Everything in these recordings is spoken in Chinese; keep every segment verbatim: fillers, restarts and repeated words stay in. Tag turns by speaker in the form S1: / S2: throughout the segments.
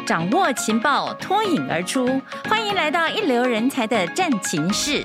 S1: 掌握情报，脱颖而出。欢迎来到一流人才的战情室。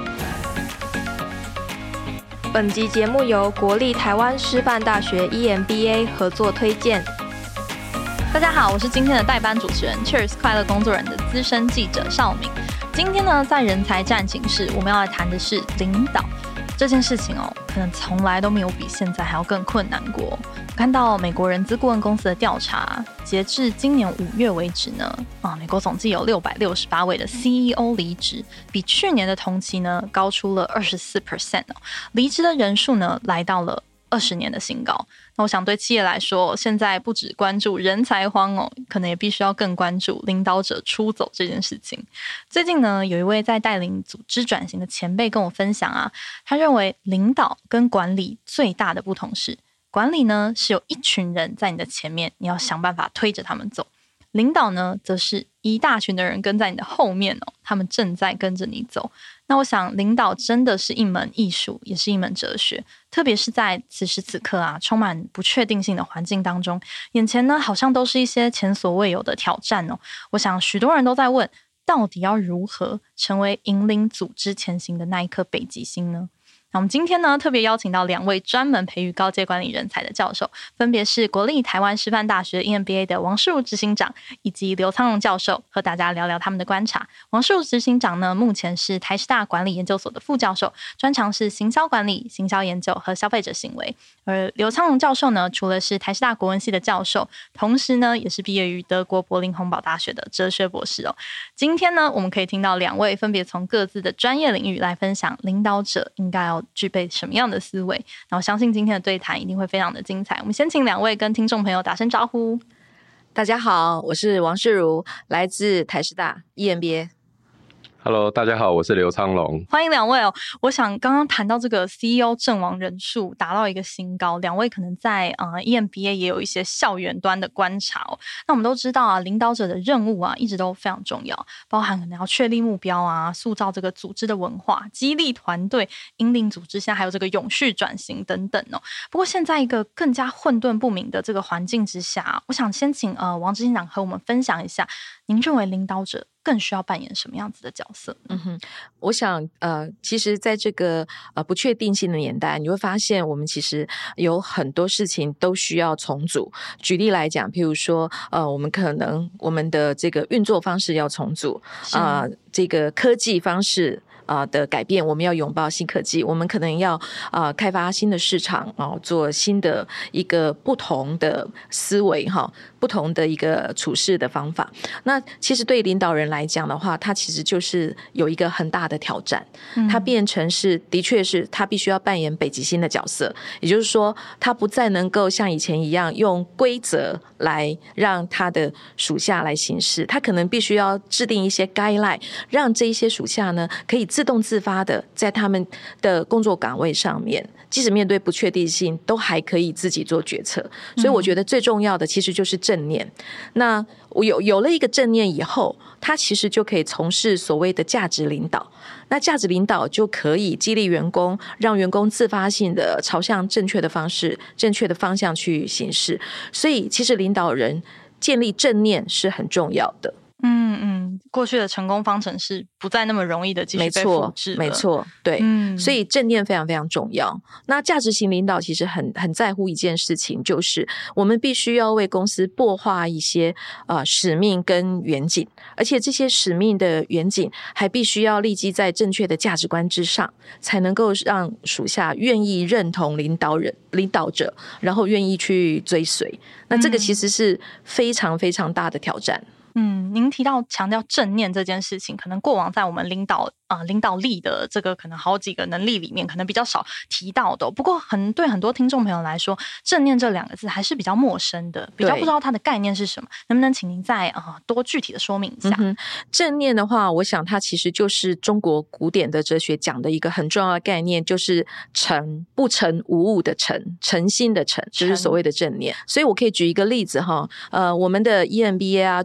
S2: 本集节目由国立台湾师范大学 E M B A 合作推荐。
S3: 大家好，我是今天的代班主持人 Cheers 快乐工作人的资深记者邵敏。今天呢，在人才战情室，我们要来谈的是领导这件事情哦，可能从来都没有比现在还要更困难过。看到美国人资顾问公司的调查，截至今年五月为止呢，啊，美国总计有六百六十八位的 C E O 离职，比去年的同期呢高出了 百分之二十四、哦、离职的人数呢来到了二十年的新高。那我想对企业来说，现在不只关注人才荒哦，可能也必须要更关注领导者出走这件事情。最近呢，有一位在带领组织转型的前辈跟我分享啊，他认为领导跟管理最大的不同是，管理呢是有一群人在你的前面，你要想办法推着他们走；领导呢，则是一大群的人跟在你的后面哦，他们正在跟着你走。那我想，领导真的是一门艺术，也是一门哲学。特别是在此时此刻啊，充满不确定性的环境当中，眼前呢好像都是一些前所未有的挑战哦。我想，许多人都在问，到底要如何成为引领组织前行的那一颗北极星呢？那我们今天呢，特别邀请到两位专门培育高阶管理人才的教授，分别是国立台湾师范大学 E M B A 的王世儒执行长以及刘苍荣教授，和大家聊聊他们的观察。王世儒执行长呢，目前是台师大管理研究所的副教授，专长是行销管理、行销研究和消费者行为。而刘苍荣教授呢，除了是台师大国文系的教授，同时呢，也是毕业于德国柏林洪堡大学的哲学博士哦。今天呢，我们可以听到两位分别从各自的专业领域来分享领导者应该要具备什么样的思维，然后相信今天的对谈一定会非常的精彩。我们先请两位跟听众朋友打声招呼。
S4: 大家好，我是王世儒，来自台师大 E M B A。Hello，
S5: 大家好，我是刘苍龙，
S3: 欢迎两位哦。我想刚刚谈到这个 C E O 阵亡人数达到一个新高，两位可能在呃 E M B A 也有一些校园端的观察哦。那我们都知道啊，领导者的任务啊一直都非常重要，包含可能要确立目标啊，塑造这个组织的文化，激励团队，引领组织，现在还有这个永续转型等等哦。不过现在一个更加混沌不明的这个环境之下，我想先请呃王执行长和我们分享一下，您认为领导者更需要扮演什么样子的角色？
S4: 嗯哼，我想呃，其实在这个呃不确定性的年代，你会发现我们其实有很多事情都需要重组。举例来讲，譬如说呃，我们可能我们的这个运作方式要重组啊、呃，这个科技方式啊、呃、的改变，我们要拥抱新科技，我们可能要啊、呃、开发新的市场啊、呃，做新的一个不同的思维哈，不同的一个处事的方法。那其实对领导人来讲的话，他其实就是有一个很大的挑战，他变成是的确是他必须要扮演北极星的角色，也就是说，他不再能够像以前一样用规则来让他的属下来行事，他可能必须要制定一些 guideline， 让这一些属下呢可以自动自发的在他们的工作岗位上面，即使面对不确定性都还可以自己做决策。所以我觉得最重要的其实就是正念。那有有了一个正念以后，他其实就可以从事所谓的价值领导。那价值领导就可以激励员工，让员工自发性的朝向正确的方式、正确的方向去行事。所以其实领导人建立正念是很重要的。
S3: 嗯嗯，过去的成功方程式不再那么容易的继续被复制了。
S4: 没错，没错，对、嗯，所以正念非常非常重要。那价值型领导其实很很在乎一件事情，就是我们必须要为公司擘画一些呃使命跟远景，而且这些使命的远景还必须要立基在正确的价值观之上，才能够让属下愿意认同领导人、领导者，然后愿意去追随。那这个其实是非常非常大的挑战。
S3: 嗯，您提到强调正念这件事情，可能过往在我们领导啊、呃、领导力的这个可能好几个能力里面，可能比较少提到的、哦。不过很对很多听众朋友来说，正念这两个字还是比较陌生的，比较不知道它的概念是什么。能不能请您再呃多具体的说明一下？
S4: 嗯、正念的话，我想它其实就是中国古典的哲学讲的一个很重要的概念，就是诚，不诚无物的诚，诚心的诚，就是所谓的正念。所以我可以举一个例子哈，呃，我们的 E M B A 啊，全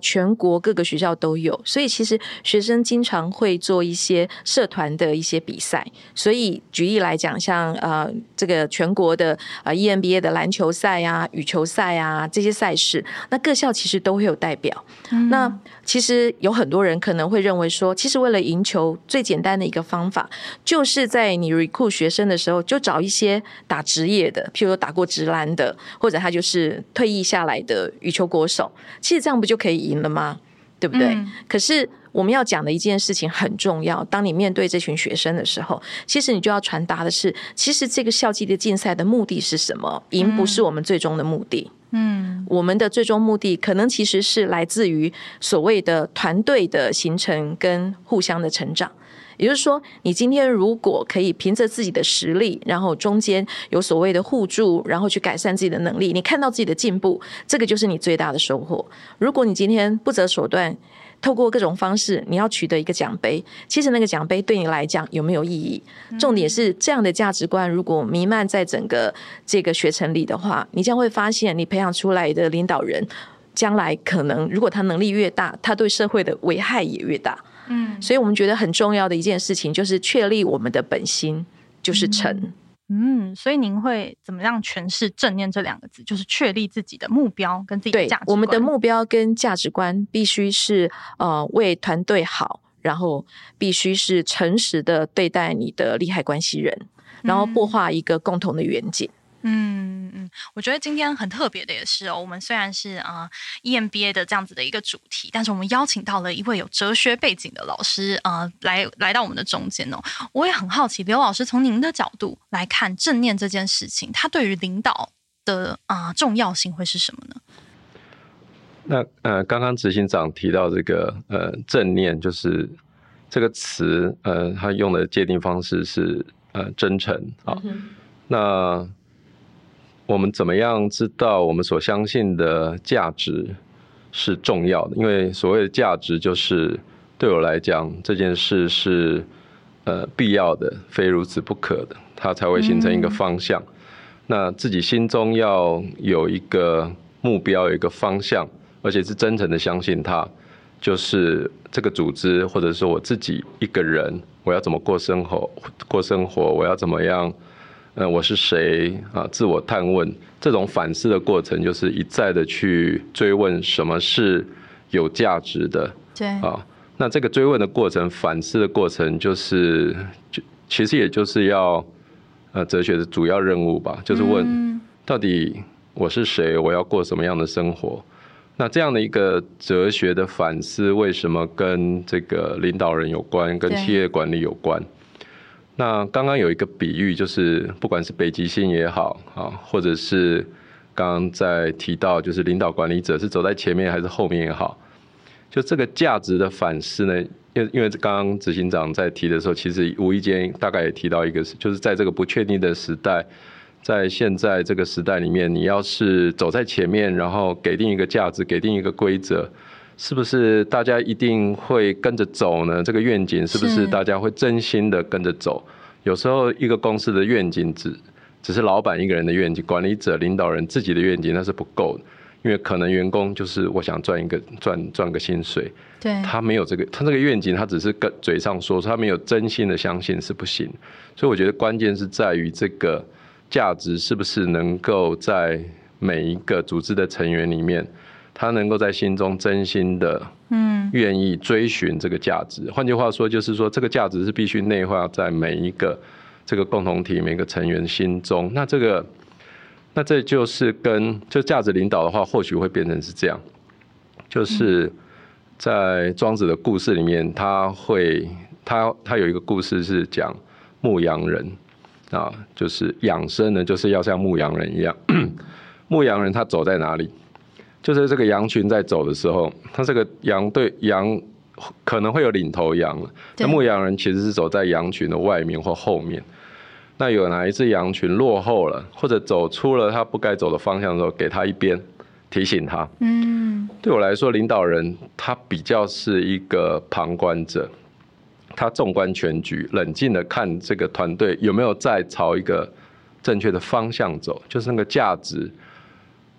S4: 国各个学校都有，所以其实学生经常会做一些社团的一些比赛。所以举例来讲，像呃这个全国的呃 E M B A 的篮球赛啊、羽球赛啊这些赛事，那各校其实都会有代表。嗯、那其实有很多人可能会认为说，其实为了赢球，最简单的一个方法，就是在你 recruit 学生的时候，就找一些打职业的，譬如说打过职篮的，或者他就是退役下来的羽球国手。其实这样不就可以赢了吗？对不对？嗯、可是我们要讲的一件事情很重要，当你面对这群学生的时候，其实你就要传达的是，其实这个校际的竞赛的目的是什么？赢不是我们最终的目的。嗯，我们的最终目的可能其实是来自于所谓的团队的形成跟互相的成长。也就是说，你今天如果可以凭着自己的实力，然后中间有所谓的互助，然后去改善自己的能力，你看到自己的进步，这个就是你最大的收获。如果你今天不择手段，透过各种方式你要取得一个奖杯，其实那个奖杯对你来讲有没有意义？重点是这样的价值观如果弥漫在整个这个学程里的话，你将会发现你培养出来的领导人将来可能如果他能力越大，他对社会的危害也越大。嗯，所以我们觉得很重要的一件事情就是确立我们的本心，就是诚。
S3: 嗯，所以您会怎么样诠释正念这两个字？就是确立自己的目标跟自己的价值观。
S4: 对，我们的目标跟价值观必须是呃为团队好，然后必须是诚实的对待你的利害关系人，然后擘画一个共同的远景。
S3: 嗯嗯，我觉得今天很特别的也是哦，我们虽然是呃 E M B A 的这样子的一个主题，但是我们邀请到了一位有哲学背景的老师呃来来到我们的中间哦。我也很好奇，刘老师从您的角度来看正念这件事情，它对于领导的啊、呃、重要性会是什么呢？
S5: 那呃，刚刚执行长提到这个呃正念，就是这个词呃，他用的界定方式是呃真诚啊。嗯、那我们怎么样知道我们所相信的价值是重要的？因为所谓的价值，就是对我来讲，这件事是呃必要的，非如此不可的，它才会形成一个方向。嗯、那自己心中要有一个目标，有一个方向，而且是真诚的相信它，就是这个组织或者说我自己一个人，我要怎么过生活？过生活，我要怎么样？呃，我是谁啊？自我探问，这种反思的过程，就是一再的去追问什么是有价值的。
S3: 对
S5: 啊，那这个追问的过程、反思的过程，就是就其实也就是要呃哲学的主要任务吧，就是问、嗯、到底我是谁，我要过什么样的生活？那这样的一个哲学的反思，为什么跟这个领导人有关，跟企业管理有关？那刚刚有一个比喻，就是不管是北极星也好啊，或者是刚刚在提到，就是领导管理者是走在前面还是后面也好，就这个价值的反思呢，因为因为刚刚执行长在提的时候，其实无意间大概也提到一个，就是在这个不确定的时代，在现在这个时代里面，你要是走在前面，然后给定一个价值，给定一个规则，是不是大家一定会跟着走呢？这个愿景是不是大家会真心的跟着走？有时候一个公司的愿景只只是老板一个人的愿景，管理者、领导人自己的愿景那是不够的，因为可能员工就是我想赚一个赚赚个薪水，
S3: 对，
S5: 他没有这个，他这个愿景他只是跟嘴上说，他没有真心的相信是不行。所以我觉得关键是在于这个价值是不是能够在每一个组织的成员里面，他能够在心中真心的嗯愿意追寻这个价值。换句话说，就是说这个价值是必须内化在每一个这个共同体每个成员心中。那这个那这就是跟就价值领导的话，或许会变成是这样，就是在庄子的故事里面，他会他他有一个故事是讲牧羊人啊，就是养生呢，就是要像牧羊人一样。牧羊人他走在哪里？就是这个羊群在走的时候，他这个羊队羊可能会有领头羊，那牧羊人其实是走在羊群的外面或后面。那有哪一只羊群落后了，或者走出了他不该走的方向的时候，给他一鞭，提醒他。嗯，对我来说，领导人他比较是一个旁观者，他纵观全局，冷静的看这个团队有没有在朝一个正确的方向走，就是那个价值。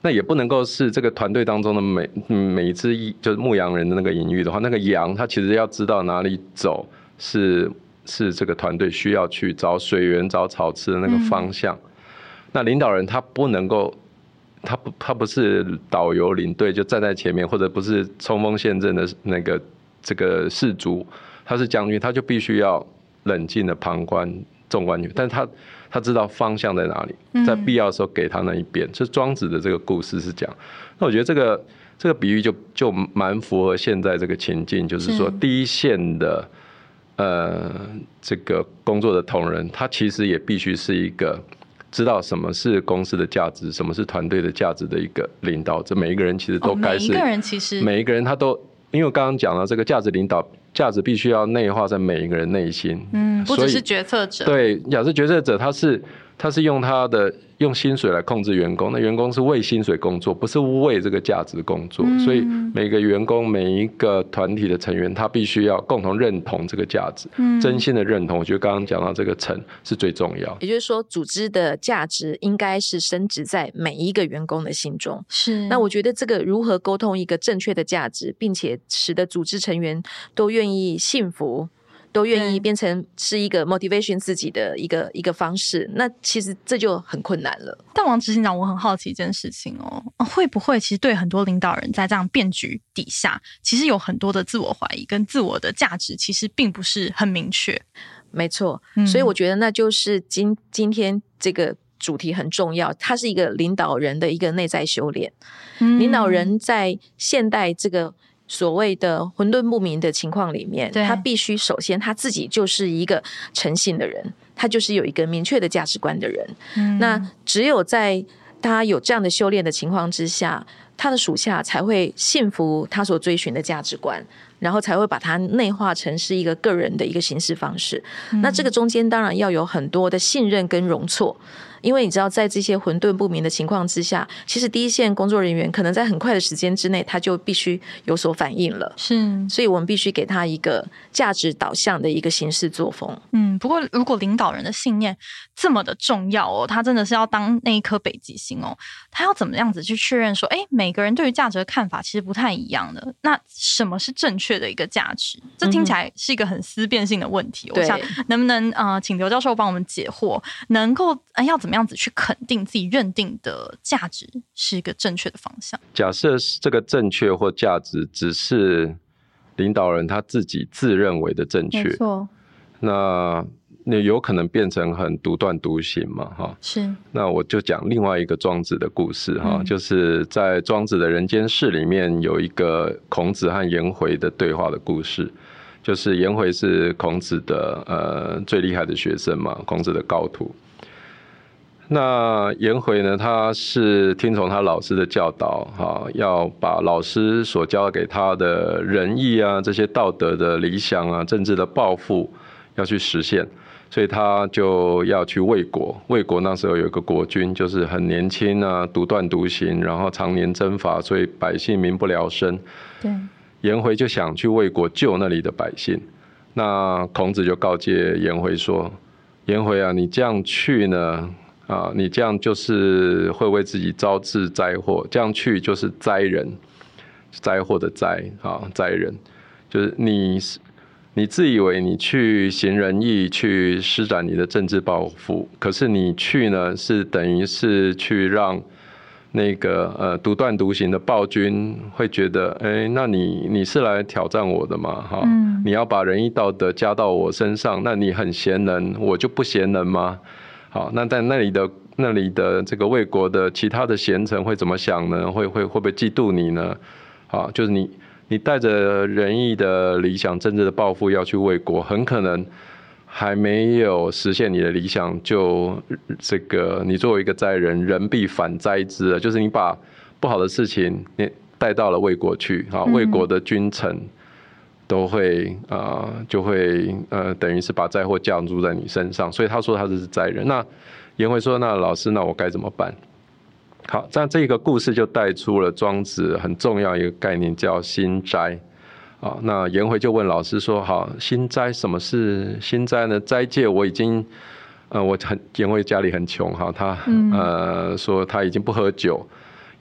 S5: 那也不能够是这个团队当中的每每一只就是牧羊人的那个隐喻的话，那个羊它其实要知道哪里走是是这个团队需要去找水源、找草吃的那个方向。嗯、那领导人他不能够，他不他不是导游领队就站在前面，或者不是冲锋陷阵的那个这个士卒，他是将军，他就必须要冷静的旁观纵观，但是他他知道方向在哪里，在必要的时候给他那一边。这、嗯、庄子的这个故事是讲，那我觉得这个这个比喻就就蛮符合现在这个情境，就是说第一线的呃这个工作的同仁，他其实也必须是一个知道什么是公司的价值，什么是团队的价值的一个领导者。每一个人其实都该是、
S3: 哦、每一个人其实
S5: 每一个人他都，因为我刚刚讲到这个价值领导。价值必须要内化在每一个人内心，
S3: 嗯，不只是决策者。对，
S5: 假设决策者他是他是用他的用薪水来控制员工，那员工是为薪水工作，不是为这个价值工作，嗯、所以每个员工每一个团体的成员，他必须要共同认同这个价值，嗯、真心的认同。我觉得刚刚讲到这个诚是最重要。
S4: 也就是说，组织的价值应该是深植在每一个员工的心中。
S3: 是。
S4: 那我觉得这个如何沟通一个正确的价值，并且使得组织成员都愿意幸福。都愿意变成是一个 motivation 自己的一个一个方式，那其实这就很困难了。
S3: 但王执行长，我很好奇一件事情哦，会不会其实对很多领导人在这样变局底下，其实有很多的自我怀疑跟自我的价值，其实并不是很明确。
S4: 没错，嗯、所以我觉得那就是今今天这个主题很重要，它是一个领导人的一个内在修炼。嗯、领导人在现代这个所谓的混沌不明的情况里面，他必须首先他自己就是一个诚信的人，他就是有一个明确的价值观的人。嗯、那只有在他有这样的修炼的情况之下，他的属下才会信服他所追寻的价值观，然后才会把它内化成是一个个人的一个行事方式。嗯、那这个中间当然要有很多的信任跟容错。因为你知道在这些混沌不明的情况之下，其实第一线工作人员可能在很快的时间之内他就必须有所反应了，
S3: 是，
S4: 所以我们必须给他一个价值导向的一个行事作风。
S3: 嗯，不过如果领导人的信念这么的重要哦，他真的是要当那一颗北极星哦，他要怎么样子去确认说，哎，每个人对于价值的看法其实不太一样的，那什么是正确的一个价值？这听起来是一个很思辨性的问题。嗯、我想能不能呃，请刘教授帮我们解惑，能够、呃、要怎么样子去肯定自己认定的价值是一个正确的方向。
S5: 假设这个正确或价值只是领导人他自己自认为的正确，
S3: 没错，
S5: 那那有可能变成很独断独行嘛，哈。
S3: 是。那
S5: 我就讲另外一个庄子的故事哈，嗯、就是在庄子的人间世里面有一个孔子和颜回的对话的故事。就是颜回是孔子的呃最厉害的学生嘛，孔子的高徒。那颜回呢，他是听从他老师的教导，哈，要把老师所教给他的仁义啊，这些道德的理想啊，政治的抱负要去实现，所以他就要去魏国。魏国那时候有一个国君，就是很年轻啊，独断独行，然后常年征伐，所以百姓民不聊生。
S3: 对。
S5: 颜回就想去魏国救那里的百姓，那孔子就告诫颜回说：“颜回啊，你这样去呢，啊，你这样就是会为自己招致灾祸，这样去就是灾人，灾祸的灾啊，灾人，就是你你自以为你去行仁义，去施展你的政治抱负，可是你去呢，是等于是去让。”那个呃独断独行的暴君会觉得，哎，那你你是来挑战我的嘛？哈、嗯，你要把仁义道德加到我身上，那你很贤能，我就不贤能吗？好，那在那里的那里的这个魏国的其他的贤臣会怎么想呢？会会会不会嫉妒你呢？好，就是你你带着仁义的理想、政治的抱负要去魏国，很可能。还没有实现你的理想，就这个你作为一个灾人，人必反灾之，就是你把不好的事情你带到了魏国去啊，魏国的君臣都会啊、呃，就会呃，等于是把灾祸降注在你身上，所以他说他这是灾人。那颜回说：“那老师，那我该怎么办？”好，这样这个故事就带出了庄子很重要一个概念，叫心斋。啊，那颜回就问老师说：“好，心斋什么是心斋呢？斋戒我已经，呃，我很颜回家里很穷哈，他、嗯、呃说他已经不喝酒，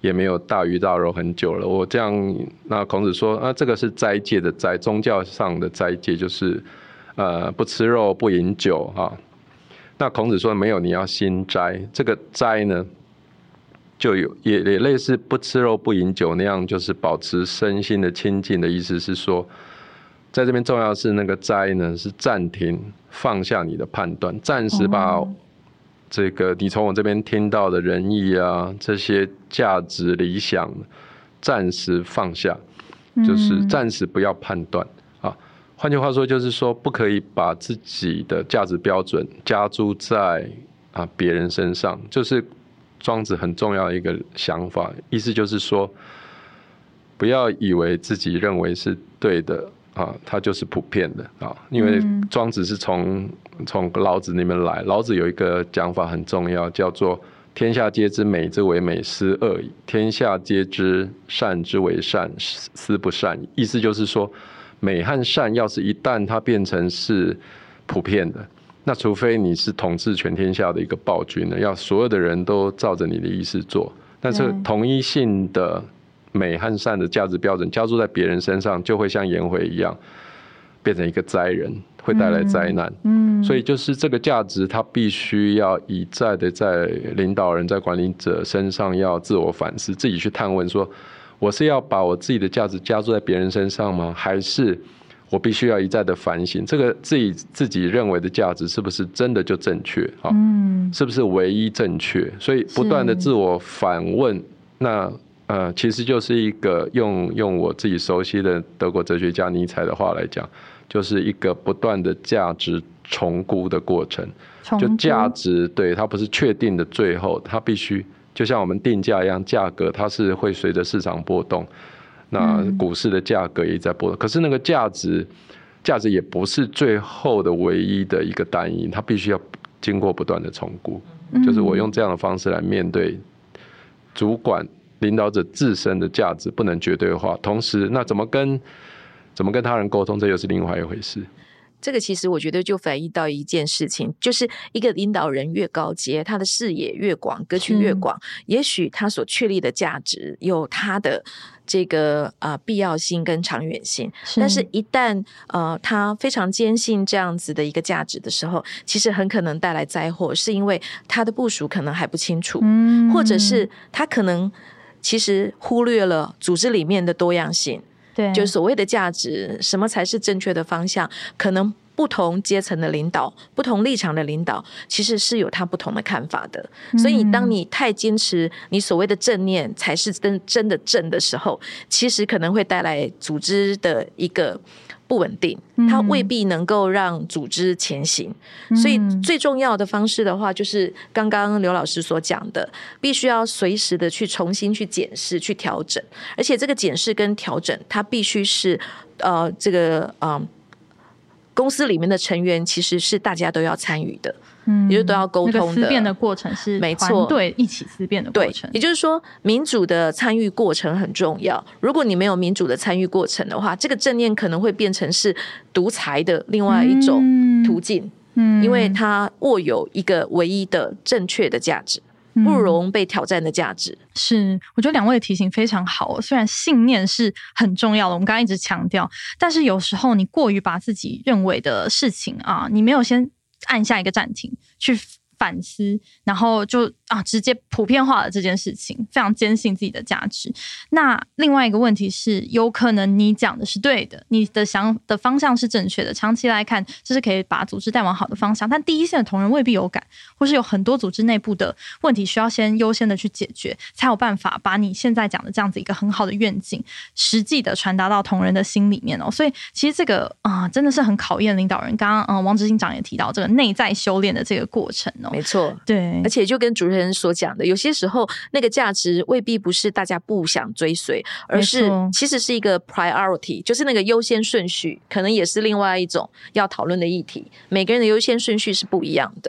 S5: 也没有大鱼大肉很久了。我这样，那孔子说啊，这个是斋戒的斋，宗教上的斋戒就是呃不吃肉不饮酒啊。那孔子说没有，你要心斋。这个斋呢，就有也也类似不吃肉不饮酒那样，就是保持身心的清净的意思是说，在这边重要的是那个斋呢，是暂停放下你的判断，暂时把这个你从我这边听到的仁义啊，这些价值理想暂时放下，就是暂时不要判断啊。换句话说，就是说不可以把自己的价值标准加诸在啊别人身上，就是庄子很重要的一个想法，意思就是说，不要以为自己认为是对的啊，它就是普遍的啊。因为庄子是从从老子那边来，老子有一个讲法很重要，叫做天下皆知美之为美，斯恶已；天下皆知善之为善，斯不善已。意思就是说，美和善要是一旦它变成是普遍的，那除非你是统治全天下的一个暴君呢，要所有的人都照着你的意思做，但是统一性的美和善的价值标准加注在别人身上，就会像颜回一样变成一个灾人，会带来灾难。嗯，所以就是这个价值，它必须要一再的在领导人、在管理者身上要自我反思，自己去探问说，我是要把我自己的价值加注在别人身上吗？还是我必须要一再的反省，这个自己自己认为的价值是不是真的就正确？嗯，是不是唯一正确？所以不断的自我反问，那呃，其实就是一个用用我自己熟悉的德国哲学家尼采的话来讲，就是一个不断的价值重估的过程。就价值，对，它不是确定的最后，它必须就像我们定价一样，价格它是会随着市场波动。那股市的价格也在波动，可是那个价值，价值也不是最后的唯一的一个单一，它必须要经过不断的重估。就是我用这样的方式来面对主管、领导者自身的价值不能绝对化，同时那怎么跟怎么跟他人沟通，这又是另外一回事。
S4: 这个其实我觉得就反映到一件事情，就是一个领导人越高阶，他的视野越广，格局越广，也许他所确立的价值有他的这个呃必要性跟长远性，是但是一旦呃他非常坚信这样子的一个价值的时候，其实很可能带来灾祸，是因为他的部署可能还不清楚，嗯，或者是他可能其实忽略了组织里面的多样性。对，就是所谓的价值，什么才是正确的方向？可能不同阶层的领导、不同立场的领导，其实是有他不同的看法的。嗯、所以，当你太坚持你所谓的正念才是真真的正的时候，其实可能会带来组织的一个不稳定，它未必能够让组织前行。嗯、所以最重要的方式的话，就是刚刚刘老师所讲的，必须要随时的去重新去检视、去调整，而且这个检视跟调整，它必须是呃这个呃公司里面的成员其实是大家都要参与的。嗯，也就是都要沟通的，那个
S3: 思辨的过程是团队一起思辨的过程。
S4: 也就是说，民主的参与过程很重要。如果你没有民主的参与过程的话，这个正念可能会变成是独裁的另外一种途径。嗯，因为它握有一个唯一的正确的价值，不容被挑战的价值。
S3: 是，我觉得两位的提醒非常好。虽然信念是很重要的，我们刚刚一直强调，但是有时候你过于把自己认为的事情啊，你没有先按下一个暂停去反思，然后就啊直接普遍化了这件事情，非常坚信自己的价值。那另外一个问题是，有可能你讲的是对的，你的想的方向是正确的，长期来看这是可以把组织带往好的方向，但第一线的同仁未必有感，或是有很多组织内部的问题需要先优先的去解决，才有办法把你现在讲的这样子一个很好的愿景实际的传达到同仁的心里面哦。所以其实这个啊、呃、真的是很考验领导人。刚刚嗯、呃、王执行长也提到这个内在修炼的这个过程哦。
S4: 没错，
S3: 对，
S4: 而且就跟主持人所讲的，有些时候那个价值未必不是大家不想追随，而是其实是一个 priority， 就是那个优先顺序，可能也是另外一种要讨论的议题。每个人的优先顺序是不一样的。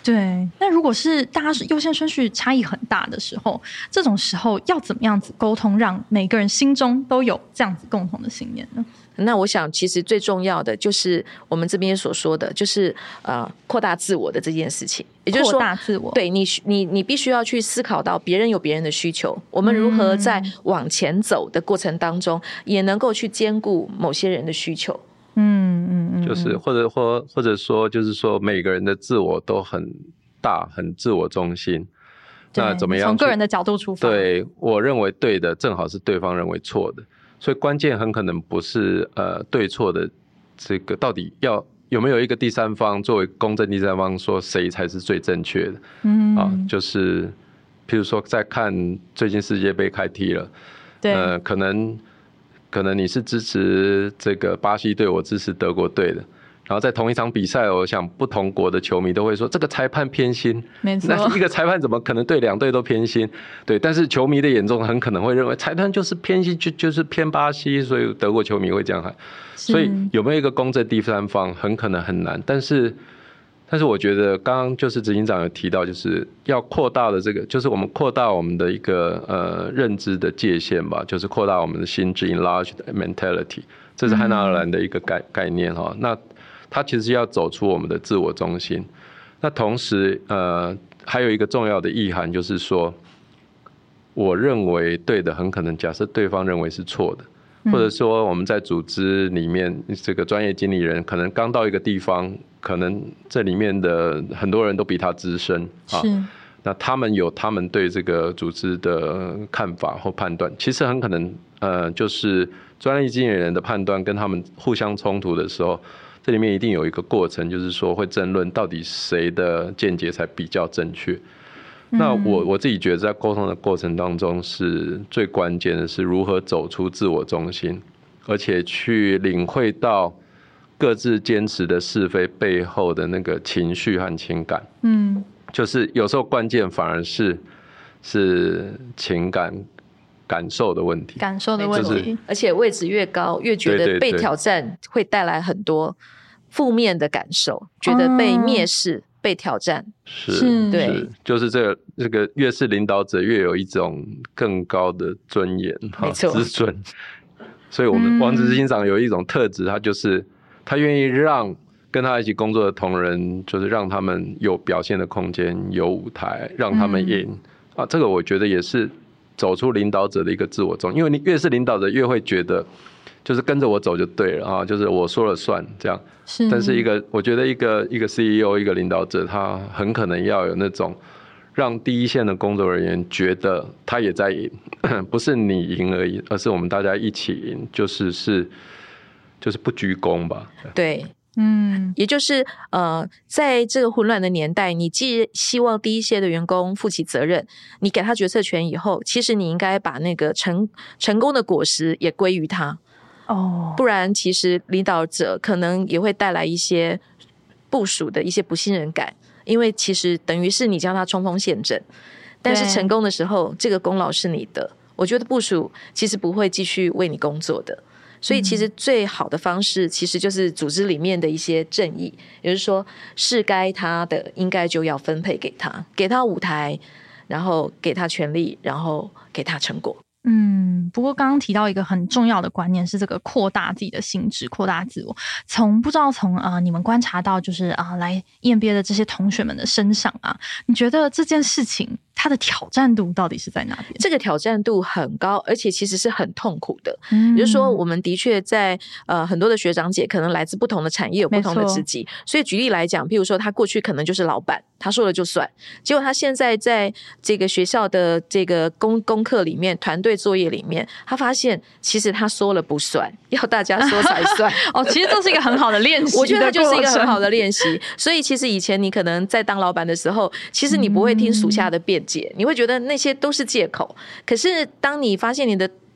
S3: 对，那如果是大家是优先顺序差异很大的时候，这种时候要怎么样子沟通，让每个人心中都有这样子共同的信念呢？
S4: 那我想其实最重要的就是我们这边所说的就是呃扩大自我的这件事情，也就是说
S3: 扩大自我，
S4: 对你你你必须要去思考到别人有别人的需求，我们如何在往前走的过程当中也能够去兼顾某些人的需求。
S3: 嗯嗯嗯，
S5: 就是或者或或者说就是说每个人的自我都很大，很自我中心。那怎么样？
S3: 从个人的角度出发，
S5: 对，我认为对的，正好是对方认为错的。所以关键很可能不是呃对错的这个到底要有没有一个第三方作为公正第三方说谁才是最正确的，嗯啊，就是譬如说在看最近世界杯开踢了，
S3: 对，
S5: 呃可能可能你是支持这个巴西队，我支持德国队的。然后在同一场比赛，我想不同国的球迷都会说这个裁判偏心，
S3: 没错，
S5: 那一个裁判怎么可能对两队都偏心？对，但是球迷的眼中很可能会认为裁判就是偏心，就就是偏巴西，所以德国球迷会这样喊。所以有没有一个公正第三方，很可能很难。但是，但是我觉得刚刚就是执行长有提到，就是要扩大的这个，就是我们扩大我们的一个呃认知的界限吧，就是扩大我们的心智 enlarged mentality， 这是汉纳尔兰的一个概概念哈。那它其实要走出我们的自我中心，那同时，呃，还有一个重要的意涵，就是说，我认为对的，很可能假设对方认为是错的，或者说我们在组织里面，这个专业经理人可能刚到一个地方，可能这里面的很多人都比他资深啊，那他们有他们对这个组织的看法或判断，其实很可能，呃，就是专业经理人的判断跟他们互相冲突的时候。这里面一定有一个过程，就是说会争论到底谁的见解才比较正确。嗯、那我我自己觉得，在沟通的过程当中，是最关键的是如何走出自我中心，而且去领会到各自坚持的是非背后的那个情绪和情感。嗯，就是有时候关键反而是是情感。感受的问题，
S3: 感受的问题，
S4: 而且位置越高，越觉得被挑战会带来很多负面的感受，觉得被蔑视、哦、被挑战，
S5: 是，对，是就是这个这个越是领导者，越有一种更高的尊严，
S4: 没错，
S5: 自尊。所以，我们王执行长有一种特质，他就是他愿意让跟他一起工作的同仁，就是让他们有表现的空间，有舞台，让他们赢、嗯、啊，这个我觉得也是。走出领导者的一个自我中，因为你越是领导者，越会觉得就是跟着我走就对了啊，就是我说了算这样。是，但是一个我觉得一个一个 C E O 一个领导者，他很可能要有那种让第一线的工作人员觉得他也在赢，不是你赢而已，而是我们大家一起赢，就是是就是不居功吧。
S4: 对。嗯，也就是呃，在这个混乱的年代，你既希望第一线的员工负起责任，你给他决策权以后，其实你应该把那个成成功的果实也归于他哦，不然其实领导者可能也会带来一些部属的一些不信任感，因为其实等于是你叫他冲锋陷阵，但是成功的时候，这个功劳是你的，我觉得部属其实不会继续为你工作的。所以其实最好的方式其实就是组织里面的一些正义，也就是说是该他的应该就要分配给他，给他舞台，然后给他权力，然后给他成果。
S3: 嗯，不过刚刚提到一个很重要的观念是这个扩大自己的心智，扩大自我。从不知道从啊、呃、你们观察到就是啊、呃、来 E M B A 的这些同学们的身上啊，你觉得这件事情它的挑战度到底是在哪边？
S4: 这个挑战度很高，而且其实是很痛苦的。嗯，也就是说，我们的确在呃很多的学长姐可能来自不同的产业，有不同的职级。所以举例来讲，譬如说他过去可能就是老板，他说了就算，结果他现在在这个学校的这个功功课里面、团队作业里面，他发现其实他说了不算，要大家说才算。
S3: 哦，其实这是一个很好的练习，
S4: 我觉得它就是一个很好的练习。所以其实以前你可能在当老板的时候，其实你不会听属下的辩解。嗯，你会觉得那些都是借口，可是当你发现你的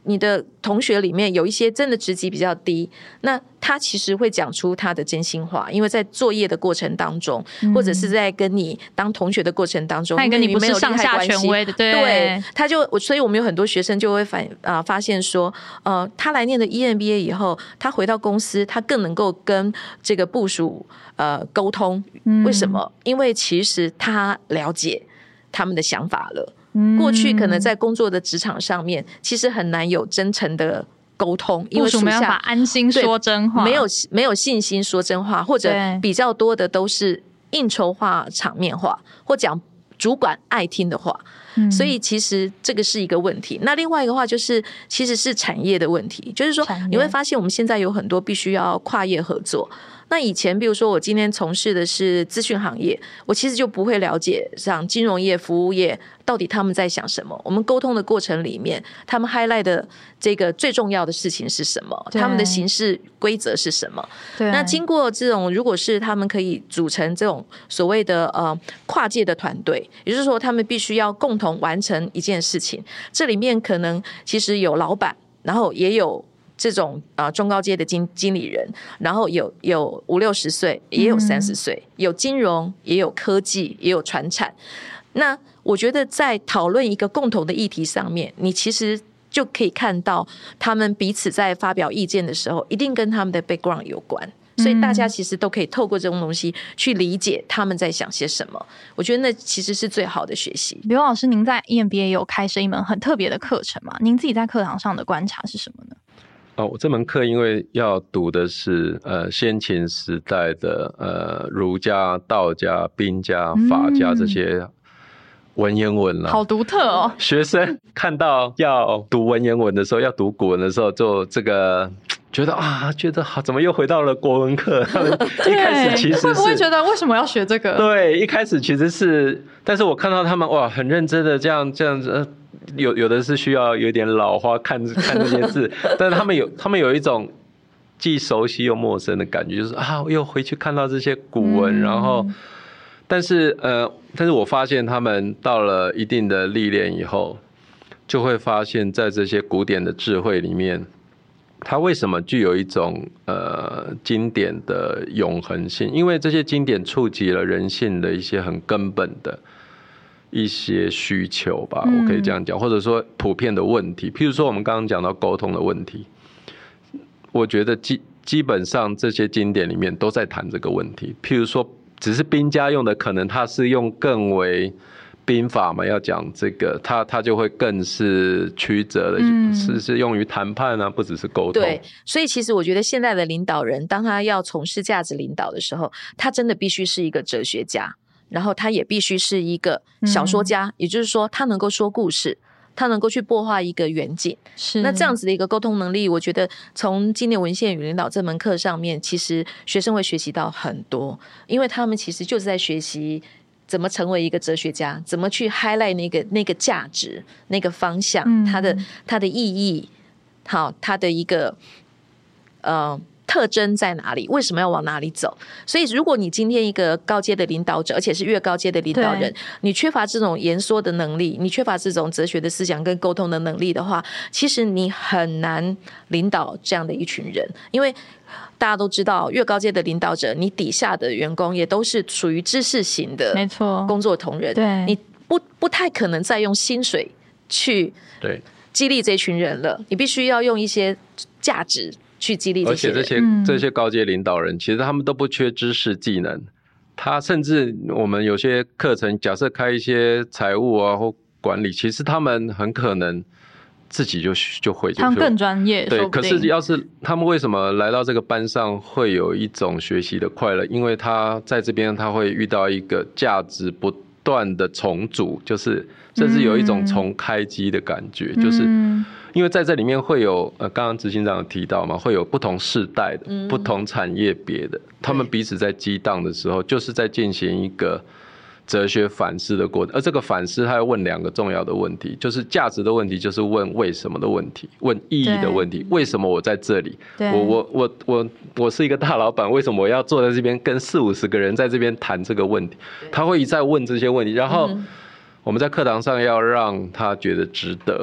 S4: 你的同学里面有一些真的职级比较低，那他其实会讲出他的真心话，因为在作业的过程当中，嗯、或者是在跟你当同学的过程当中，
S3: 他跟你不是上下权威的，对，
S4: 对，他就所以我们有很多学生就会反啊、呃、发现说，呃，他来念的 E M B A 以后，他回到公司，他更能够跟这个部属呃沟通，为什么？嗯、因为其实他了解他们的想法了。过去可能在工作的职场上面，其实很难有真诚的沟通，因为属下
S3: 没有办法安心说真话，
S4: 没有没有信心说真话，或者比较多的都是应酬话、场面话，或讲主管爱听的话。嗯、所以其实这个是一个问题。那另外一个话就是，其实是产业的问题，就是说你会发现我们现在有很多必须要跨业合作。那以前比如说我今天从事的是资讯行业，我其实就不会了解像金融业、服务业到底他们在想什么，我们沟通的过程里面他们 highlight 的这个最重要的事情是什么，他们的行事规则是什么。那经过这种如果是他们可以组成这种所谓的呃跨界的团队，也就是说他们必须要共同完成一件事情，这里面可能其实有老板，然后也有这种、呃、中高阶的 经, 经理人，然后有有五六十岁，也有三十岁，有金融，也有科技，也有传产。那我觉得在讨论一个共同的议题上面，你其实就可以看到他们彼此在发表意见的时候，一定跟他们的 background 有关。所以大家其实都可以透过这种东西去理解他们在想些什么，我觉得那其实是最好的学习。
S3: 刘老师，您在 E M B A 有开设一门很特别的课程吗？您自己在课堂上的观察是什么呢？
S5: 哦，我这门课因为要读的是呃先秦时代的呃儒家、道家、兵家、法家这些文言文了，
S3: 好独特哦。
S5: 学生看到要读文言文的时候，要读古文的时候，就这个觉得啊，觉得好，怎么又回到了国文课？他们一开始其实是
S3: 会不会觉得为什么要学这个？
S5: 对，一开始其实是，但是我看到他们哇，很认真的这样这样子。呃有有的是需要有点老花看看这些字，但是他们有他们有一种既熟悉又陌生的感觉，就是啊，又回去看到这些古文，嗯、然后，但是呃，但是我发现他们到了一定的历练以后，就会发现在这些古典的智慧里面，它为什么具有一种呃经典的永恒性？因为这些经典触及了人性的一些很根本的一些需求吧，我可以这样讲，或者说普遍的问题。譬如说我们刚刚讲到沟通的问题，我觉得基基本上这些经典里面都在谈这个问题。譬如说只是兵家用的，可能他是用更为兵法嘛，要讲这个，他他就会更是曲折的，嗯、是是用于谈判啊，不只是沟通。
S4: 对，所以其实我觉得现在的领导人，当他要从事价值领导的时候，他真的必须是一个哲学家。然后他也必须是一个小说家，嗯、也就是说他能够说故事，他能够去擘画一个远景。是，那这样子的一个沟通能力，我觉得从经典文献与领导这门课上面，其实学生会学习到很多，因为他们其实就是在学习怎么成为一个哲学家，怎么去 highlight 那个那个价值、那个方向，嗯、它的它的意义，好，它的一个呃。特征在哪里？为什么要往哪里走？所以如果你今天一个高阶的领导者，而且是越高阶的领导人，你缺乏这种言说的能力，你缺乏这种哲学的思想跟沟通的能力的话，其实你很难领导这样的一群人。因为大家都知道，越高阶的领导者，你底下的员工也都是属于知识型的工作同仁，对，你不不太可能再用薪水去激励这群人了，你必须要用一些价值去激励这些人。
S5: 而且这些、嗯、这些高阶领导人，其实他们都不缺知识技能。他甚至我们有些课程，假设开一些财务啊或管理，其实他们很可能自己就就会，
S3: 他们更专业。
S5: 对，可是要是他们为什么来到这个班上会有一种学习的快乐？因为他在这边他会遇到一个价值不断的重组，就是甚至有一种重开机的感觉，嗯、就是因为在这里面会有呃，刚刚执行长有提到嘛，会有不同世代的、嗯、不同产业别的，他们彼此在激荡的时候，就是在进行一个哲学反思的过程。而这个反思，他要问两个重要的问题，就是价值的问题，就是问为什么的问题，问意义的问题。为什么我在这里？我我我我我是一个大老板，为什么我要坐在这边跟四五十个人在这边谈这个问题？他会一再问这些问题，然后我们在课堂上要让他觉得值得。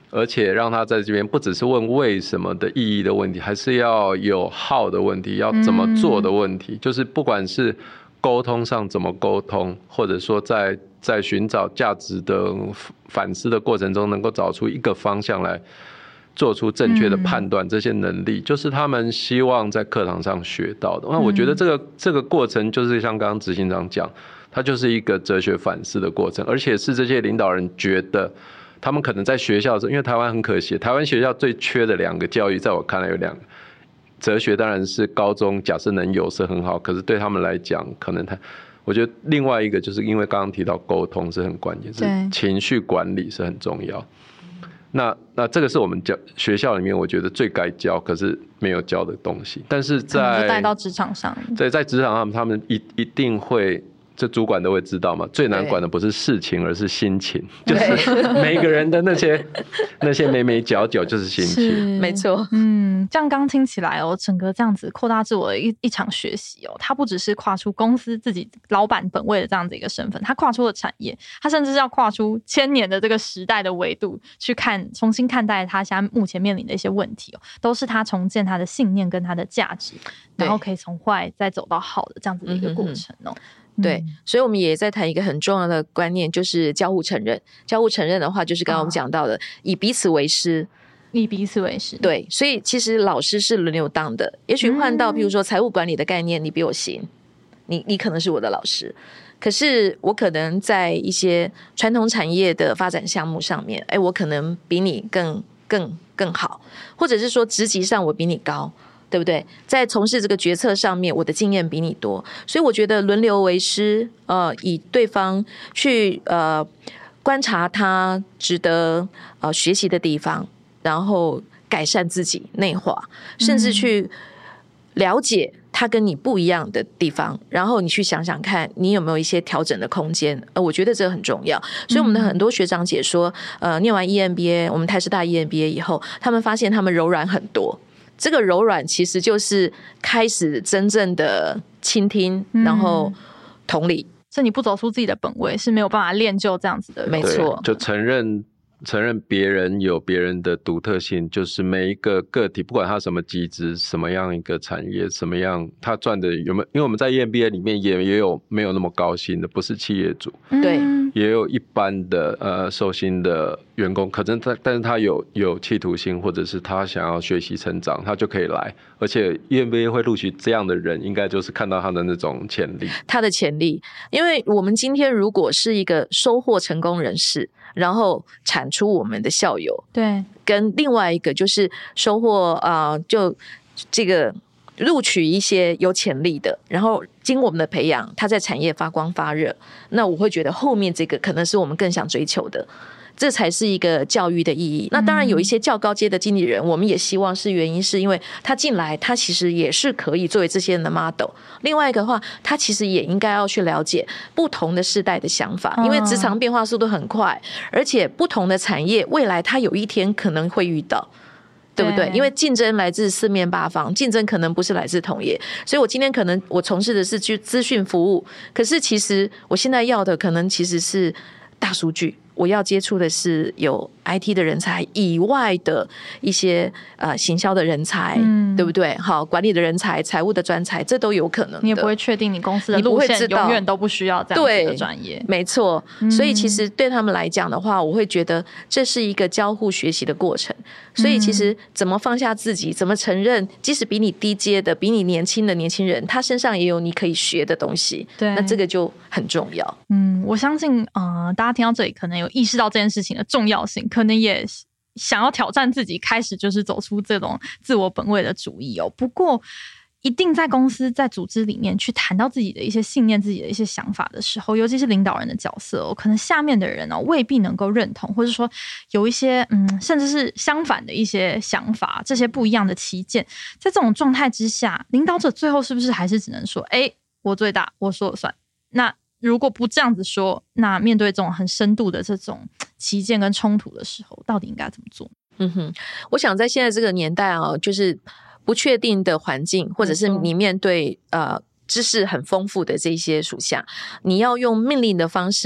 S5: 而且让他在这边不只是问为什么的意义的问题，还是要有 how 的问题，要怎么做的问题，嗯、就是不管是沟通上怎么沟通，或者说在在寻找价值的反思的过程中，能够找出一个方向来做出正确的判断，这些能力、嗯、就是他们希望在课堂上学到的。那我觉得这个、嗯、这个过程就是像刚刚执行长讲，它就是一个哲学反思的过程，而且是这些领导人觉得。他们可能在学校的时候，因为台湾很可惜，台湾学校最缺的两个教育，在我看来有两个。哲学当然是高中假设能有是很好，可是对他们来讲，可能他，我觉得另外一个就是因为刚刚提到沟通是很关键，是情绪管理是很重要。那那这个是我们教学校里面我觉得最该教，可是没有教的东西。但是在
S3: 带到职场上，
S5: 对，在职场上他们一一定会。这主管都会知道嘛，最难管的不是事情，而是心情，就是每个人的那些那些眉眉角角就是心情，
S4: 没错。
S3: 嗯，这样刚听起来哦，整个这样子扩大自我的一一场学习哦，他不只是跨出公司自己老板本位的这样子一个身份，他跨出了产业，他甚至是要跨出千年的这个时代的维度去看，重新看待他现在目前面临的一些问题哦，都是他重建他的信念跟他的价值，然后可以从坏再走到好的这样子的一个过程哦。嗯
S4: 对，所以我们也在谈一个很重要的观念，就是交互承认。交互承认的话，就是刚刚我们讲到的，哦、以彼此为师，
S3: 以彼此为师。
S4: 对，所以其实老师是轮流当的。也许换到，譬如说财务管理的概念，你比我行，你你可能是我的老师，可是我可能在一些传统产业的发展项目上面，哎，我可能比你更更更好，或者是说职级上我比你高。对不对？在从事这个决策上面，我的经验比你多，所以我觉得轮流为师，呃，以对方去呃观察他值得呃学习的地方，然后改善自己内化，甚至去了解他跟你不一样的地方，然后你去想想看，你有没有一些调整的空间？呃，我觉得这个很重要。所以我们的很多学长姐说，呃，念完 E M B A， 我们台师大 E M B A 以后，他们发现他们柔软很多。这个柔软其实就是开始真正的倾听，嗯、然后同理。
S3: 所以你不走出自己的本位是没有办法练就这样子的。
S4: 没错，
S5: 就承认承认别人有别人的独特性，就是每一个个体，不管他什么机制、什么样一个产业、什么样他赚的有没有，因为我们在 E M B A 里面也也有没有那么高薪的，不是企业主，
S4: 对、
S5: 嗯，也有一般的呃受薪的员工，可能他但是他有有企图心，或者是他想要学习成长，他就可以来，而且 E M B A 会录取这样的人，应该就是看到他的那种潜力，
S4: 他的潜力，因为我们今天如果是一个收获成功人士。然后产出我们的校友，
S3: 对，
S4: 跟另外一个就是收获啊、呃，就这个录取一些有潜力的，然后经我们的培养，他在产业发光发热，那我会觉得后面这个可能是我们更想追求的。这才是一个教育的意义。那当然有一些较高阶的经理人，我们也希望是原因是因为他进来，他其实也是可以作为这些人的 model。另外一个的话，他其实也应该要去了解不同的世代的想法，因为职场变化速度很快，而且不同的产业未来他有一天可能会遇到。对不对？因为竞争来自四面八方，竞争可能不是来自同业，所以我今天可能我从事的是去资讯服务，可是其实我现在要的可能其实是大数据，我要接触的是有 I T 的人才以外的一些呃行销的人才，嗯，对不对？好，管理的人才、财务的专才，这都有可能的。
S3: 你也不会确定你公司的路线永远都不需要这样子的专业，
S4: 没错。所以其实对他们来讲的话，我会觉得这是一个交互学习的过程。所以其实怎么放下自己，怎么承认，即使比你低阶的、比你年轻的年轻人，他身上也有你可以学的东西。
S3: 对，
S4: 那这个就很重要。
S3: 嗯，我相信呃，大家听到这里可能有意识到这件事情的重要性，可能也想要挑战自己，开始就是走出这种自我本位的主义哦。不过一定在公司在组织里面去谈到自己的一些信念、自己的一些想法的时候，尤其是领导人的角色哦，可能下面的人哦未必能够认同，或者说有一些嗯，甚至是相反的一些想法，这些不一样的旗舰，在这种状态之下，领导者最后是不是还是只能说，哎，我最大，我说了算？那如果不这样子说，那面对这种很深度的这种旗舰跟冲突的时候，到底应该怎么做？
S4: 嗯哼，我想在现在这个年代啊，就是不确定的环境，或者是你面对呃知识很丰富的这些属下，你要用命令的方式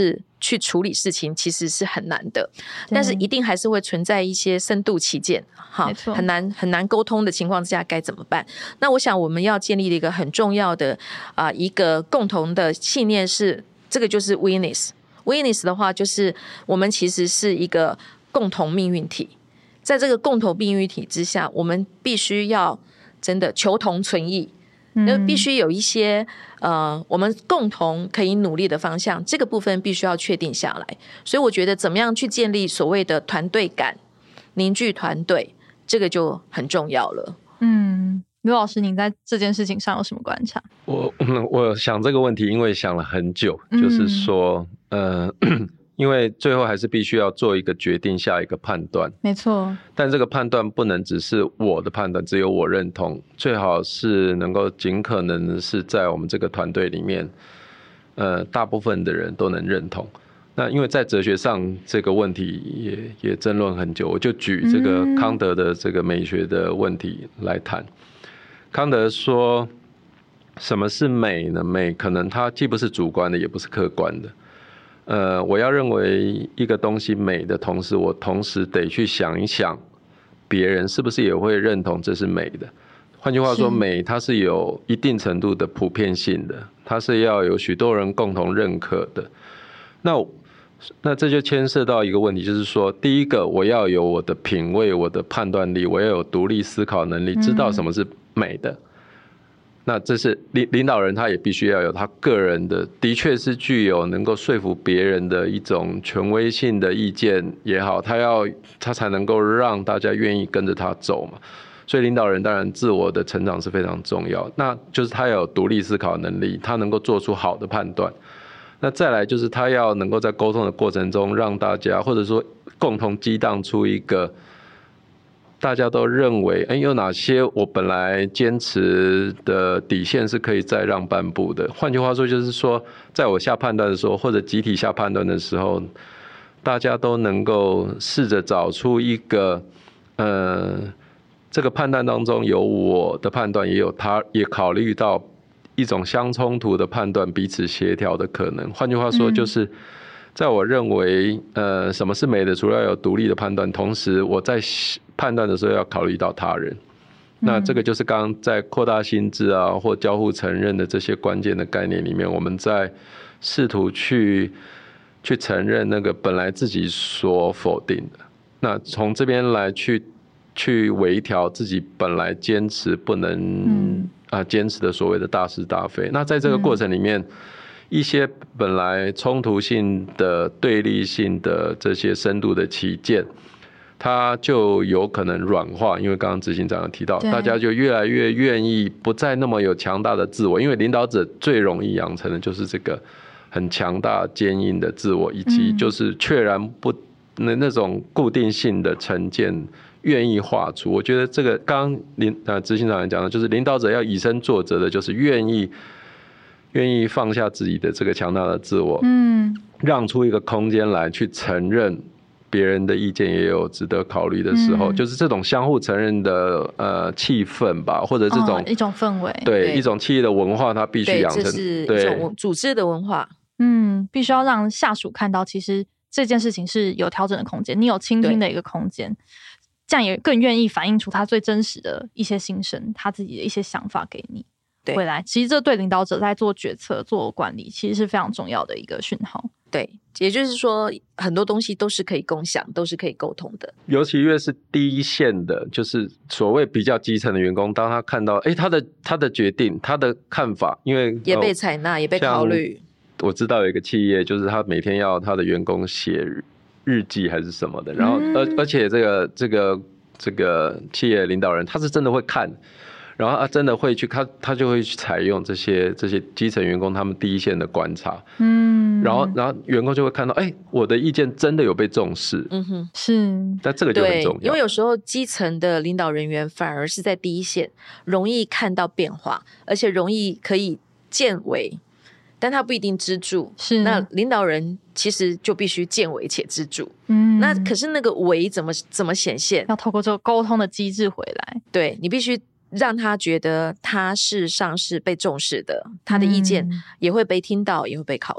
S4: 去处理事情其实是很难的，但是一定还是会存在一些深度歧见，哈，很难很难沟通的情况之下该怎么办？那我想我们要建立的一个很重要的啊、呃、一个共同的信念是，这个就是 Witness。Witness 的话，就是我们其实是一个共同命运体，在这个共同命运体之下，我们必须要真的求同存异。那必须有一些呃，我们共同可以努力的方向，这个部分必须要确定下来。所以我觉得怎么样去建立所谓的团队感、凝聚团队，这个就很重要了。
S3: 嗯，刘老师，您在这件事情上有什么观察？
S5: 我我想这个问题，因为想了很久，就是说，嗯、呃。因为最后还是必须要做一个决定，下一个判断。
S3: 没错，
S5: 但这个判断不能只是我的判断，只有我认同，最好是能够尽可能是在我们这个团队里面，呃，大部分的人都能认同。那因为在哲学上这个问题也也争论很久，我就举这个康德的这个美学的问题来谈。嗯、康德说，什么是美呢？美可能它既不是主观的，也不是客观的。呃，我要认为一个东西美的同时，我同时得去想一想，别人是不是也会认同这是美的。换句话说，美它是有一定程度的普遍性的，它是要有许多人共同认可的。那那这就牵涉到一个问题，就是说，第一个，我要有我的品味，我的判断力，我要有独立思考能力，知道什么是美的。嗯，那这是领领导人，他也必须要有他个人的，的确是具有能够说服别人的一种权威性的意见也好，他要他才能够让大家愿意跟着他走嘛。所以领导人当然自我的成长是非常重要，那就是他要有独立思考能力，他能够做出好的判断。那再来就是他要能够在沟通的过程中，让大家或者说共同激荡出一个大家都认为，哎，有哪些我本来坚持的底线是可以再让半步的。换句话说，就是说，在我下判断的时候，或者集体下判断的时候，大家都能够试着找出一个，呃，这个判断当中有我的判断，也有他，也考虑到一种相冲突的判断，彼此协调的可能。换句话说，就是。嗯，在我认为，呃，什么是美的？除了要有独立的判断，同时我在判断的时候要考虑到他人。那这个就是刚刚在扩大心智啊，或交互承认的这些关键的概念里面，我们在试图去去承认那个本来自己所否定的。那从这边来去去微调自己本来坚持不能、嗯、啊坚持的所谓的大是大非。那在这个过程里面。嗯，一些本来冲突性的、对立性的这些深度的歧见，它就有可能软化，因为刚刚执行长有提到，大家就越来越愿意不再那么有强大的自我，因为领导者最容易养成的就是这个很强大、坚硬的自我，以及就是确然不那那种固定性的成见。愿意画出，我觉得这个刚刚领呃执行长也讲的，就是领导者要以身作则的，就是愿意。愿意放下自己的这个强大的自我，嗯，让出一个空间来去承认别人的意见也有值得考虑的时候，嗯、就是这种相互承认的呃气氛吧，或者这种、哦、
S3: 一种氛围，
S5: 对, 对一种企业的文化，它必须养成，
S4: 这是一种组织的文化，
S3: 嗯，必须要让下属看到，其实这件事情是有调整的空间，你有倾听的一个空间，这样也更愿意反映出他最真实的一些心声，他自己的一些想法给你。回来，其实这对领导者在做决策、做管理，其实是非常重要的一个讯号。
S4: 对，也就是说，很多东西都是可以共享，都是可以沟通的。
S5: 尤其越是第一线的，就是所谓比较基层的员工，当他看到，哎，他的他的决定、他的看法，因为
S4: 也被采纳、哦，也被考虑。
S5: 我知道有一个企业，就是他每天要他的员工写日记还是什么的，然后而、嗯、而且这个这个这个企业领导人，他是真的会看。然后他真的会去，他他就会去采用这些这些基层员工他们第一线的观察，嗯，然后然后员工就会看到，哎，我的意见真的有被重视，
S4: 嗯哼，
S3: 是，
S5: 但这个就很重要，
S4: 因为有时候基层的领导人员反而是在第一线，容易看到变化，而且容易可以见微，但他不一定知著，
S3: 是，
S4: 那领导人其实就必须见微且知著，嗯，那可是那个微怎么怎么显现？
S3: 要透过这个沟通的机制回来，
S4: 对你必须。让他觉得他事实上是被重视的，他的意见也会被听到，也会被考虑。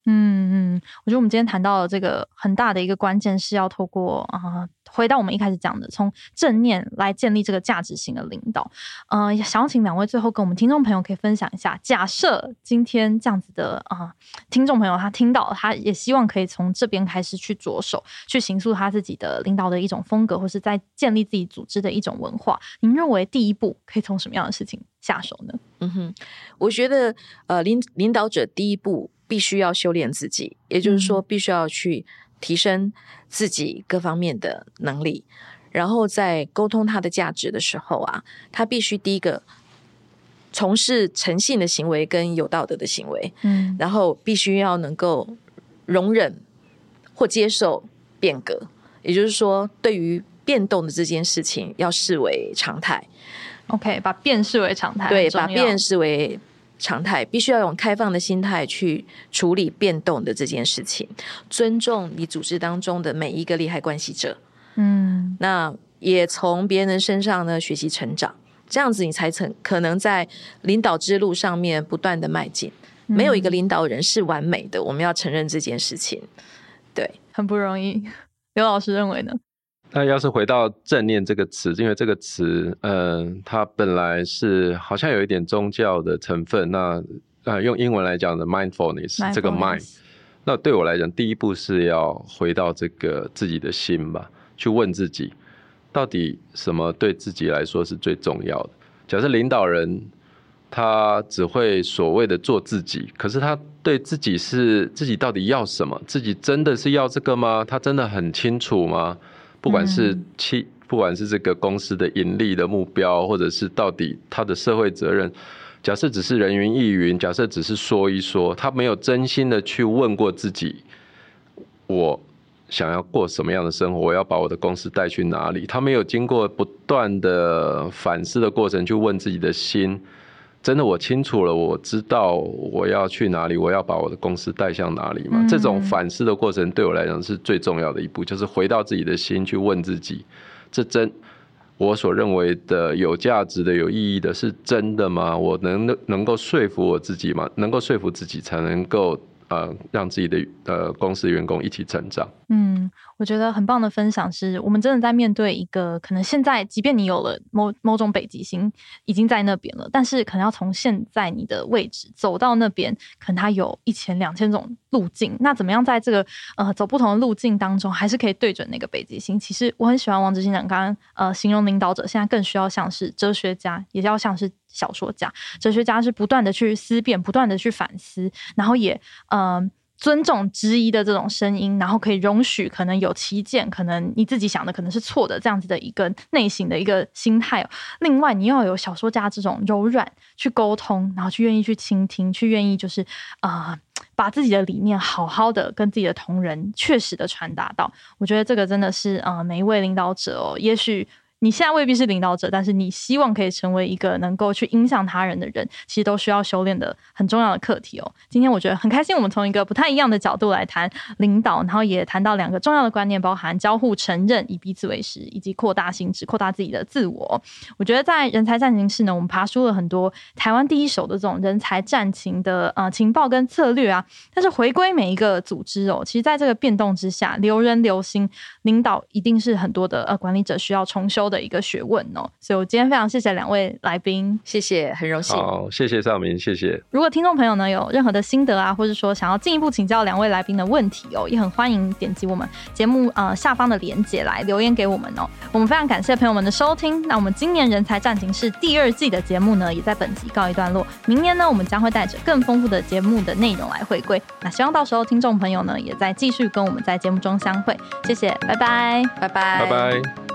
S3: 嗯嗯，我觉得我们今天谈到的这个很大的一个关键是要透过啊、呃，回到我们一开始讲的，从正念来建立这个价值型的领导。呃，想要请两位最后跟我们听众朋友可以分享一下，假设今天这样子的啊、呃，听众朋友他听到，他也希望可以从这边开始去着手，去形塑他自己的领导的一种风格，或是在建立自己组织的一种文化。您认为第一步可以从什么样的事情下手呢？
S4: 嗯哼，我觉得呃，领领导者第一步必须要修炼自己，也就是说，必须要去提升自己各方面的能力，然后在沟通他的价值的时候啊，他必须第一个从事诚信的行为跟有道德的行为，嗯，然后必须要能够容忍或接受变革，也就是说，对于变动的这件事情要视为常态。
S3: OK， 把变视为常态，
S4: 对，把变视为常态，必须要用开放的心态去处理变动的这件事情，尊重你组织当中的每一个利害关系者，嗯，那也从别人身上呢学习成长，这样子你才曾可能在领导之路上面不断的迈进。没有一个领导人是完美的，我们要承认这件事情，对，
S3: 很不容易。刘老师认为呢？
S5: 那要是回到正念这个词，因为这个词，呃，它本来是好像有一点宗教的成分。那呃，用英文来讲的 mindfulness，, mindfulness 这个 mind， 那对我来讲，第一步是要回到这个自己的心吧，去问自己，到底什么对自己来说是最重要的。假设领导人他只会所谓的做自己，可是他对自己是自己到底要什么？自己真的是要这个吗？他真的很清楚吗？不管是企，不管是这个公司的盈利的目标，或者是到底他的社会责任，假设只是人云亦云，假设只是说一说，他没有真心的去问过自己，我想要过什么样的生活，我要把我的公司带去哪里，他没有经过不断的反思的过程去问自己的心，真的我清楚了，我知道我要去哪里，我要把我的公司带向哪里吗？嗯、这种反思的过程对我来讲是最重要的一步，就是回到自己的心去问自己，这真我所认为的有价值的有意义的是真的吗？我能能够说服我自己吗？能够说服自己才能够呃让自己的呃公司员工一起成长。
S3: 嗯，我觉得很棒的分享是，我们真的在面对一个可能现在，即便你有了某某种北极星已经在那边了，但是可能要从现在你的位置走到那边，可能它有一千两千种路径。那怎么样在这个呃走不同的路径当中，还是可以对准那个北极星？其实我很喜欢王执行长刚刚呃形容领导者现在更需要像是哲学家，也要像是小说家。哲学家是不断的去思辨，不断的去反思，然后也呃。尊重质疑的这种声音，然后可以容许可能有歧见，可能你自己想的可能是错的，这样子的一个内心的一个心态、哦、另外你要有小说家这种柔软去沟通，然后去愿意去倾听，去愿意就是呃把自己的理念好好的跟自己的同仁确实的传达到。我觉得这个真的是呃每一位领导者哦，也许你现在未必是领导者，但是你希望可以成为一个能够去影响他人的人，其实都需要修炼的很重要的课题哦。今天我觉得很开心，我们从一个不太一样的角度来谈领导，然后也谈到两个重要的观念，包含交互承认、以彼此为师，以及扩大心智、扩大自己的自我。我觉得在人才战情室呢，我们爬出了很多台湾第一手的这种人才战情的呃情报跟策略啊，但是回归每一个组织哦，其实在这个变动之下，留人留心，领导一定是很多的呃管理者需要重修的一个学问哦，所以我今天非常谢谢两位来宾，
S4: 谢谢，很荣幸。
S5: 好，谢谢少明，谢谢。
S3: 如果听众朋友呢有任何的心得啊，或者说想要进一步请教两位来宾的问题哦，也很欢迎点击我们节目呃下方的连结来留言给我们哦。我们非常感谢朋友们的收听，那我们今年人才战情室第二季的节目呢，也在本集告一段落。明年呢，我们将会带着更丰富的节目的内容来回归。那希望到时候听众朋友呢，也在继续跟我们在节目中相会。谢谢，拜拜，
S4: 拜拜，
S5: 拜拜。